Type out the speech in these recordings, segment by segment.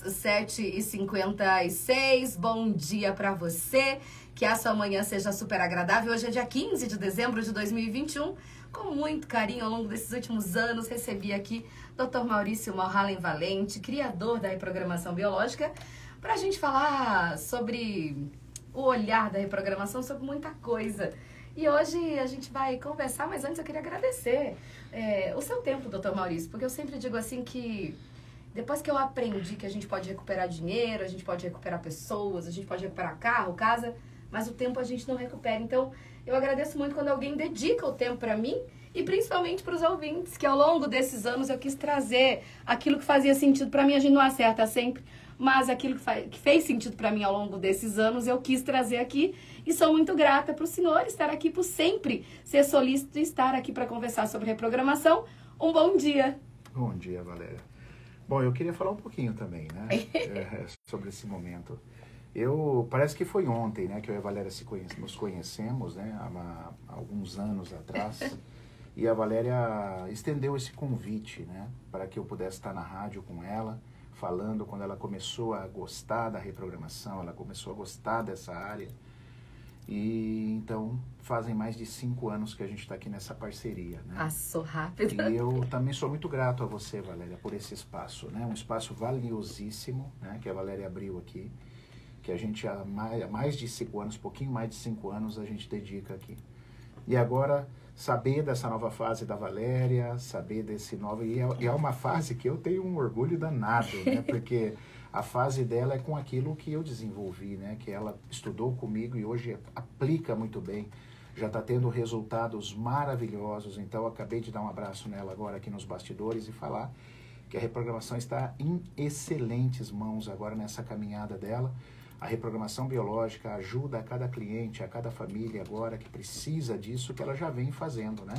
7h56. Bom dia para você. Que a sua manhã seja super agradável. Hoje é dia 15 de dezembro de 2021. Com muito carinho, ao longo desses últimos anos, recebi aqui Dr. Maurício Mulhalen Valente, criador da reprogramação biológica, para a gente falar sobre o olhar da reprogramação, sobre muita coisa. E hoje a gente vai conversar, mas antes eu queria agradecer o seu tempo, Dr. Maurício, porque eu sempre digo assim que depois que eu aprendi que a gente pode recuperar dinheiro, a gente pode recuperar pessoas, a gente pode recuperar carro, casa, mas o tempo a gente não recupera. Então, eu agradeço muito quando alguém dedica o tempo para mim e principalmente para os ouvintes, que ao longo desses anos eu quis trazer aquilo que fazia sentido para mim. A gente não acerta sempre, mas aquilo que fez sentido para mim ao longo desses anos eu quis trazer aqui. E sou muito grata para o senhor estar aqui, por sempre ser solícito e estar aqui para conversar sobre reprogramação. Um bom dia. Bom dia, Valéria. Bom, eu queria falar um pouquinho também, né, sobre esse momento. Parece que foi ontem, né, que eu e a Valéria nos conhecemos, né, há alguns anos atrás, e a Valéria estendeu esse convite, né, para que eu pudesse estar na rádio com ela, falando quando ela começou a gostar da reprogramação, ela começou a gostar dessa área, e então fazem mais de 5 anos que a gente está aqui nessa parceria, né? Passou rápido. E eu também sou muito grato a você, Valéria, por esse espaço, né, um espaço valiosíssimo, né, que a Valéria abriu aqui, que a gente há mais de 5 anos, pouquinho mais de 5 anos, a gente dedica aqui. E agora, saber dessa nova fase da Valéria, saber desse novo... E é uma fase que eu tenho um orgulho danado, né? Porque a fase dela é com aquilo que eu desenvolvi, né? Que ela estudou comigo e hoje aplica muito bem. Já está tendo resultados maravilhosos. Então, eu acabei de dar um abraço nela agora aqui nos bastidores e falar que a reprogramação está em excelentes mãos agora nessa caminhada dela. A reprogramação biológica ajuda a cada cliente, a cada família agora que precisa disso, que ela já vem fazendo, né?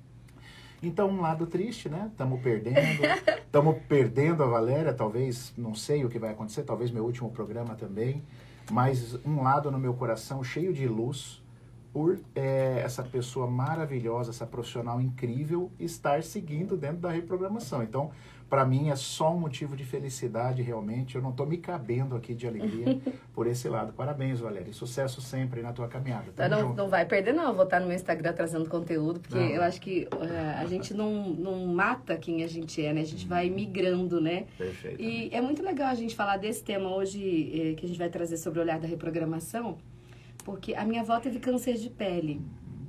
Então, um lado triste, né? Estamos perdendo a Valéria, talvez, não sei o que vai acontecer, talvez meu último programa também, mas um lado no meu coração cheio de luz por essa pessoa maravilhosa, essa profissional incrível estar seguindo dentro da reprogramação. Então, para mim é só um motivo de felicidade realmente, eu não estou me cabendo aqui de alegria por esse lado. Parabéns, Valéria, e sucesso sempre na tua caminhada. Não vai perder não, eu vou estar no meu Instagram trazendo conteúdo, porque eu acho que a gente não mata quem a gente é, né? A gente vai migrando, né? Perfeito. E é muito legal a gente falar desse tema hoje, que a gente vai trazer sobre o olhar da reprogramação, porque a minha avó teve câncer de pele.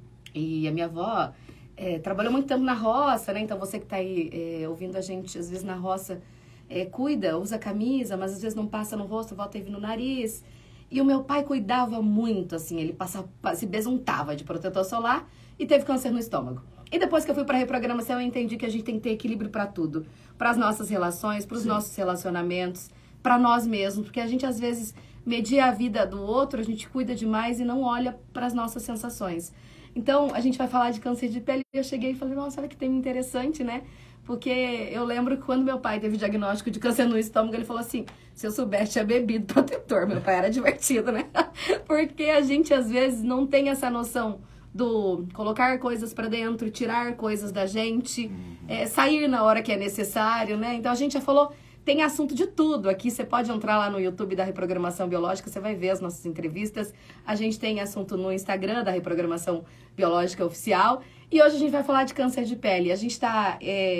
E a minha avó trabalhou muito tempo na roça, né? Então você que está aí ouvindo a gente, às vezes na roça, cuida, usa camisa, mas às vezes não passa no rosto, volta a vir no nariz. E o meu pai cuidava muito, assim, ele se besuntava de protetor solar e teve câncer no estômago. E depois que eu fui para a reprogramação, eu entendi que a gente tem que ter equilíbrio para tudo. Para as nossas relações, para os nossos relacionamentos, para nós mesmos. Porque a gente, às vezes, media a vida do outro, a gente cuida demais e não olha para as nossas sensações. Então, a gente vai falar de câncer de pele e eu cheguei e falei, nossa, olha que tema interessante, né? Porque eu lembro que quando meu pai teve diagnóstico de câncer no estômago, ele falou assim, se eu soubesse, tinha bebido protetor. Meu pai era divertido, né? Porque a gente, às vezes, não tem essa noção do colocar coisas para dentro, tirar coisas da gente, sair na hora que é necessário, né? Então, a gente já falou... Tem assunto de tudo aqui, você pode entrar lá no YouTube da Reprogramação Biológica, você vai ver as nossas entrevistas. A gente tem assunto no Instagram da Reprogramação Biológica Oficial. E hoje a gente vai falar de câncer de pele. A gente está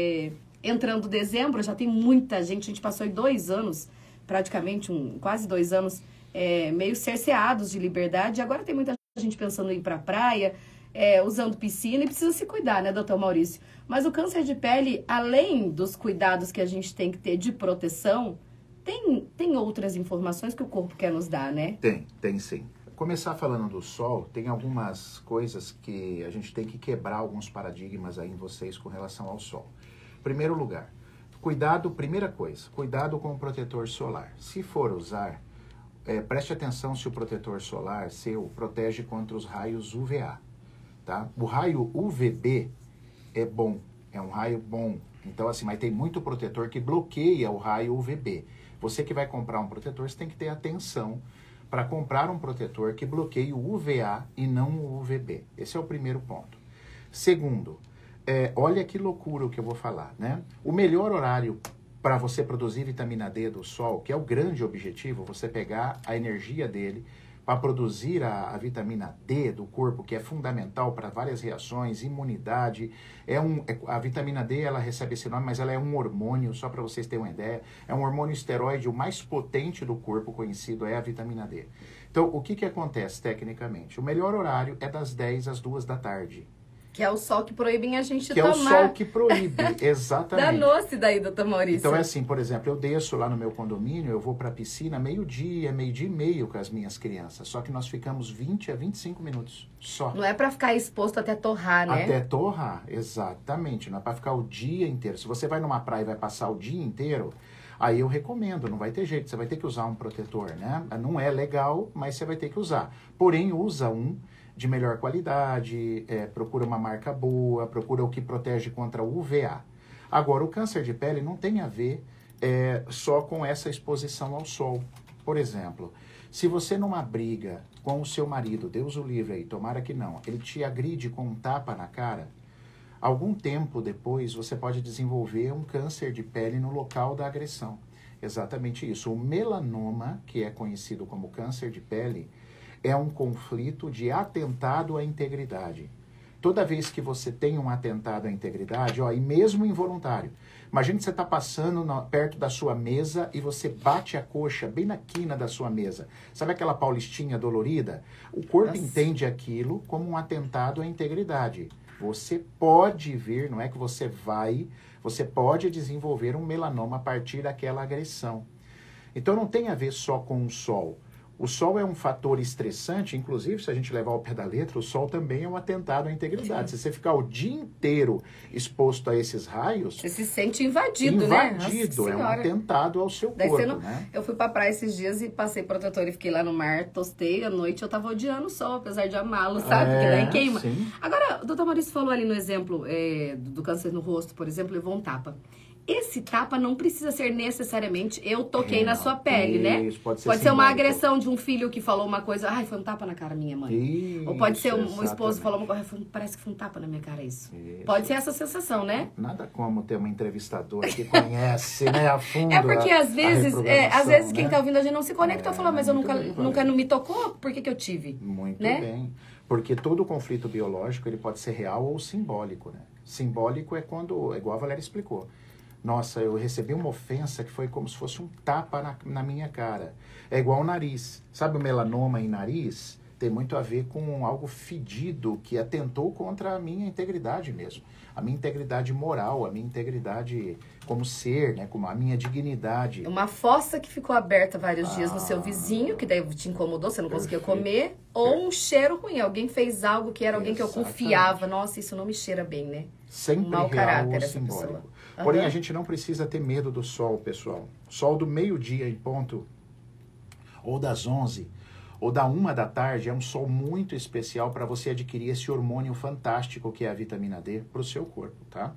entrando em dezembro, já tem muita gente, a gente passou 2 anos, praticamente quase 2 anos, meio cerceados de liberdade. Agora tem muita gente pensando em ir para a praia, usando piscina e precisa se cuidar, né, doutor Maurício? Mas o câncer de pele, além dos cuidados que a gente tem que ter de proteção, tem outras informações que o corpo quer nos dar, né? Tem sim. Começar falando do sol, tem algumas coisas que a gente tem que quebrar alguns paradigmas aí em vocês com relação ao sol. Primeiro lugar, primeira coisa, cuidado com o protetor solar. Se for usar, preste atenção se o protetor solar seu protege contra os raios UVA. Tá? O raio UVB é bom, é um raio bom. Então, assim, mas tem muito protetor que bloqueia o raio UVB. Você que vai comprar um protetor, você tem que ter atenção para comprar um protetor que bloqueie o UVA e não o UVB. Esse é o primeiro ponto. Segundo, olha que loucura o que eu vou falar, né? O melhor horário para você produzir vitamina D do sol, que é o grande objetivo, você pegar a energia dele para produzir a vitamina D do corpo, que é fundamental para várias reações, imunidade. A vitamina D, ela recebe esse nome, mas ela é um hormônio, só para vocês terem uma ideia. É um hormônio esteroide, o mais potente do corpo conhecido é a vitamina D. Então, o que acontece tecnicamente? O melhor horário é das 10 às 2 da tarde. Que é o sol que proíbe a gente que tomar. Que é o sol que proíbe, exatamente. Danou-se daí, doutor Maurício. Então é assim, por exemplo, eu desço lá no meu condomínio, eu vou para a piscina meio-dia e meio com as minhas crianças. Só que nós ficamos 20 a 25 minutos só. Não é para ficar exposto até torrar, né? Até torrar, exatamente. Não é para ficar o dia inteiro. Se você vai numa praia e vai passar o dia inteiro, aí eu recomendo, não vai ter jeito. Você vai ter que usar um protetor, né? Não é legal, mas você vai ter que usar. Porém, usa um de melhor qualidade, procura uma marca boa, procura o que protege contra o UVA. Agora, o câncer de pele não tem a ver só com essa exposição ao sol. Por exemplo, se você numa briga com o seu marido, Deus o livre aí, tomara que não, ele te agride com um tapa na cara, algum tempo depois você pode desenvolver um câncer de pele no local da agressão. Exatamente isso. O melanoma, que é conhecido como câncer de pele, é um conflito de atentado à integridade. Toda vez que você tem um atentado à integridade, e mesmo involuntário, imagine que você está passando perto da sua mesa e você bate a coxa bem na quina da sua mesa. Sabe aquela paulistinha dolorida? O corpo entende aquilo como um atentado à integridade. Você pode vir, não é que você vai, você pode desenvolver um melanoma a partir daquela agressão. Então não tem a ver só com o sol. O sol é um fator estressante, inclusive, se a gente levar ao pé da letra, o sol também é um atentado à integridade. Se você ficar o dia inteiro exposto a esses raios... Você se sente invadido, né? Invadido, é um atentado ao seu corpo, né? Eu fui pra praia esses dias e passei protetor e fiquei lá no mar, tostei, à noite eu tava odiando o sol, apesar de amá-lo, sabe? Porque daí queima. Sim. Agora, o doutor Maurício falou ali no exemplo do câncer no rosto, por exemplo, levou um tapa. Esse tapa não precisa ser necessariamente eu toquei na sua pele, né? Pode ser uma agressão de um filho que falou uma coisa, ai, foi um tapa na cara minha mãe. Isso, ou pode ser um esposo que falou uma coisa, parece que foi um tapa na minha cara isso. Pode ser essa sensação, né? Nada como ter uma entrevistadora que conhece, né, a fundo. É porque às vezes né? Quem tá ouvindo a gente não se conecta e fala, mas eu nunca não me tocou, por que eu tive? Muito né? bem. Porque todo conflito biológico, ele pode ser real ou simbólico, né? Simbólico é quando, igual a Valéria explicou, nossa, eu recebi uma ofensa que foi como se fosse um tapa na minha cara. É igual o nariz. Sabe o melanoma em nariz? Tem muito a ver com algo fedido que atentou contra a minha integridade mesmo. A minha integridade moral, a minha integridade como ser, né? Como a minha dignidade. Uma fossa que ficou aberta vários dias no seu vizinho, que daí te incomodou, você não conseguia comer. Ou um cheiro ruim. Alguém fez algo que era alguém que eu confiava. Nossa, isso não me cheira bem, né? Sempre mau real caráter ou essa simbólico. pessoa. Porém, a gente não precisa ter medo do sol, pessoal. Sol do meio-dia em ponto, ou das 11, ou da 1 da tarde, é um sol muito especial para você adquirir esse hormônio fantástico que é a vitamina D para o seu corpo, tá?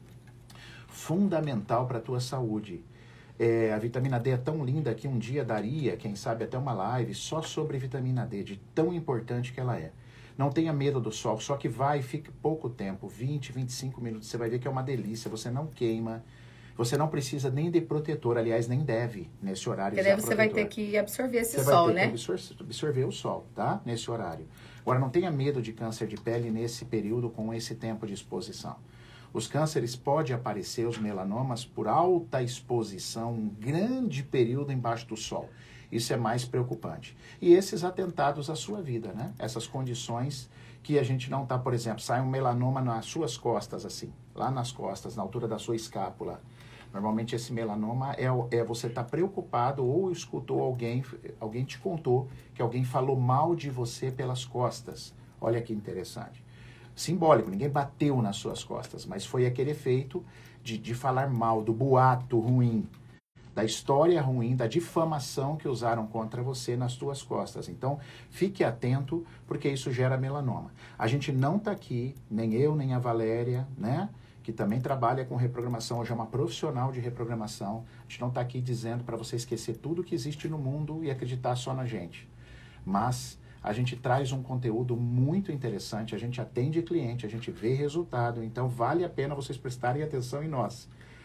Fundamental para a tua saúde. A vitamina D é tão linda que um dia daria, quem sabe, até uma live só sobre vitamina D, de tão importante que ela é. Não tenha medo do sol, só que vai e fique pouco tempo, 20, 25 minutos, você vai ver que é uma delícia, você não queima, você não precisa nem de protetor, aliás, nem deve nesse horário. Porque daí você vai ter que absorver esse sol, né? Você vai ter que absorver o sol, tá? Nesse horário. Agora, não tenha medo de câncer de pele nesse período, com esse tempo de exposição. Os cânceres podem aparecer, os melanomas, por alta exposição, um grande período embaixo do sol. Isso é mais preocupante. E esses atentados à sua vida, né? Essas condições que a gente não está, por exemplo, sai um melanoma nas suas costas, assim, lá nas costas, na altura da sua escápula. Normalmente esse melanoma você estar preocupado ou escutou alguém te contou que alguém falou mal de você pelas costas. Olha que interessante. Simbólico, ninguém bateu nas suas costas, mas foi aquele efeito de falar mal, do boato ruim, da história ruim, da difamação que usaram contra você nas tuas costas. Então, fique atento, porque isso gera melanoma. A gente não está aqui, nem eu, nem a Valéria, né? Que também trabalha com reprogramação, hoje é uma profissional de reprogramação. A gente não está aqui dizendo para você esquecer tudo que existe no mundo e acreditar só na gente. Mas a gente traz um conteúdo muito interessante, a gente atende cliente, a gente vê resultado, então vale a pena vocês prestarem atenção em nós.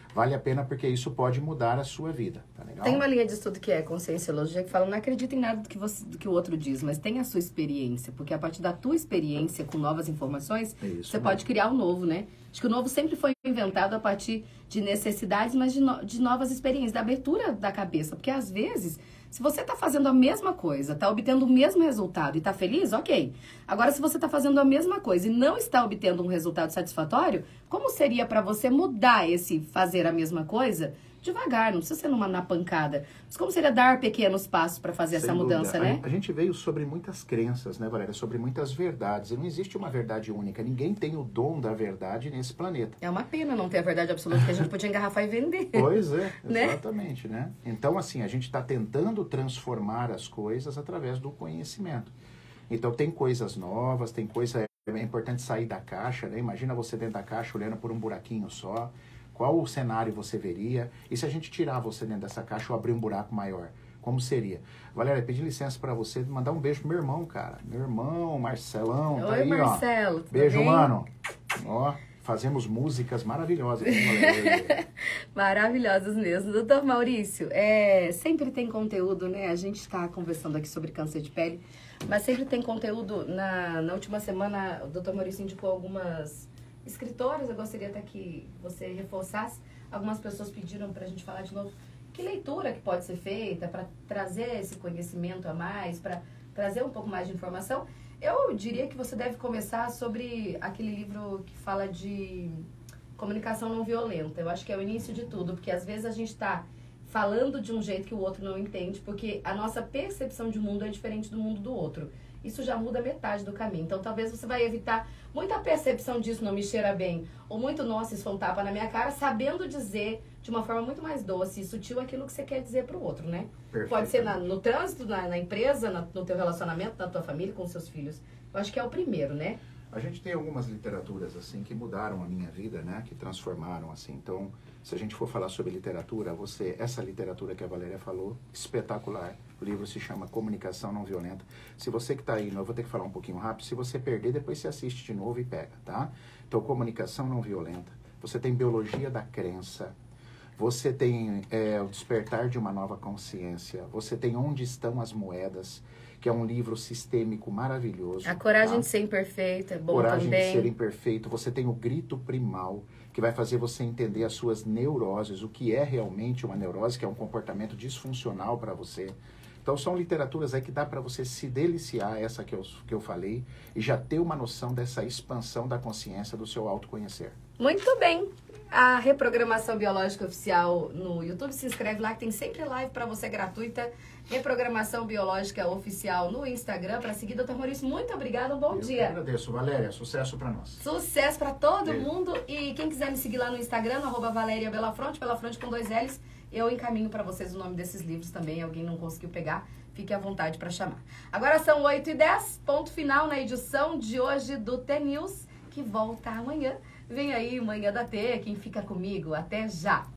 vale a pena porque isso pode mudar a sua vida, tá legal? Tem uma linha de estudo que é Conscienciologia que fala, não acredita em nada do que o outro diz, mas tem a sua experiência, porque a partir da tua experiência com novas informações, você pode criar um novo, né? Acho que o novo sempre foi inventado a partir de necessidades, mas de novas experiências, da abertura da cabeça, porque às vezes, se você está fazendo a mesma coisa, está obtendo o mesmo resultado e está feliz, ok. Agora, se você está fazendo a mesma coisa e não está obtendo um resultado satisfatório, como seria para você mudar esse fazer a mesma coisa devagar, não precisa ser na pancada. Mas como seria dar pequenos passos para fazer essa mudança, né? A gente veio sobre muitas crenças, né, Valéria? Sobre muitas verdades. E não existe uma verdade única. Ninguém tem o dom da verdade nesse planeta. É uma pena não ter a verdade absoluta que a gente podia engarrafar e vender. Pois é, né? Exatamente, né? Então, assim, a gente está tentando transformar as coisas através do conhecimento. Então, tem coisas novas, tem coisa... É importante sair da caixa, né? Imagina você dentro da caixa olhando por um buraquinho só. Qual o cenário você veria? E se a gente tirar você dentro dessa caixa ou abrir um buraco maior? Como seria? Valéria, pedi licença para você mandar um beijo pro meu irmão, cara. Meu irmão, Marcelão, tá Oi, aí, Marcelo, ó. Beijo, bem? mano. Ó, fazemos músicas maravilhosas. Valéria. Maravilhosas mesmo. Doutor Maurício, sempre tem conteúdo, né? A gente está conversando aqui sobre câncer de pele, mas sempre tem conteúdo. Na última semana, o doutor Maurício indicou algumas escritoras. Eu gostaria até que você reforçasse. Algumas pessoas pediram para a gente falar de novo que leitura que pode ser feita para trazer esse conhecimento a mais, para trazer um pouco mais de informação. Eu diria que você deve começar sobre aquele livro que fala de comunicação não violenta. Eu acho que é o início de tudo, porque às vezes a gente está falando de um jeito que o outro não entende, porque a nossa percepção de mundo é diferente do mundo do outro. Isso já muda metade do caminho. Então, talvez você vai evitar muita percepção disso não me cheira bem, ou muito, nossa, isso foi um tapa na minha cara, sabendo dizer de uma forma muito mais doce e sutil aquilo que você quer dizer para o outro, né? Pode ser no trânsito, na empresa, no teu relacionamento, na tua família, com seus filhos. Eu acho que é o primeiro, né? A gente tem algumas literaturas, assim, que mudaram a minha vida, né? Que transformaram, assim. Então, se a gente for falar sobre literatura, essa literatura que a Valéria falou, espetacular. O livro se chama Comunicação Não Violenta. Se você que está aí, eu vou ter que falar um pouquinho rápido. Se você perder, depois você assiste de novo e pega, tá? Então, Comunicação Não Violenta. Você tem Biologia da Crença. Você tem o Despertar de uma Nova Consciência. Você tem Onde Estão as Moedas, que é um livro sistêmico maravilhoso. A Coragem tá? de Ser Imperfeito, é bom Coragem também. de Ser Imperfeito. Você tem o Grito Primal, que vai fazer você entender as suas neuroses, o que é realmente uma neurose, que é um comportamento disfuncional para você. Então, são literaturas aí que dá para você se deliciar, essa que eu falei, e já ter uma noção dessa expansão da consciência, do seu autoconhecer. Muito bem. A Reprogramação Biológica Oficial no YouTube, se inscreve lá que tem sempre live para você gratuita. Reprogramação Biológica Oficial no Instagram. Para seguir, doutor Maurício, muito obrigada, um bom dia. Eu agradeço, Valéria, sucesso para nós. Sucesso para todo mundo. E quem quiser me seguir lá no Instagram, no @Valéria Belafronte, Belafronte com 2 L's, eu encaminho para vocês o nome desses livros também. Alguém não conseguiu pegar, fique à vontade para chamar. Agora são 8h10, ponto final na edição de hoje do T-News, que volta amanhã. Vem aí, Manhã da T, quem fica comigo, até já!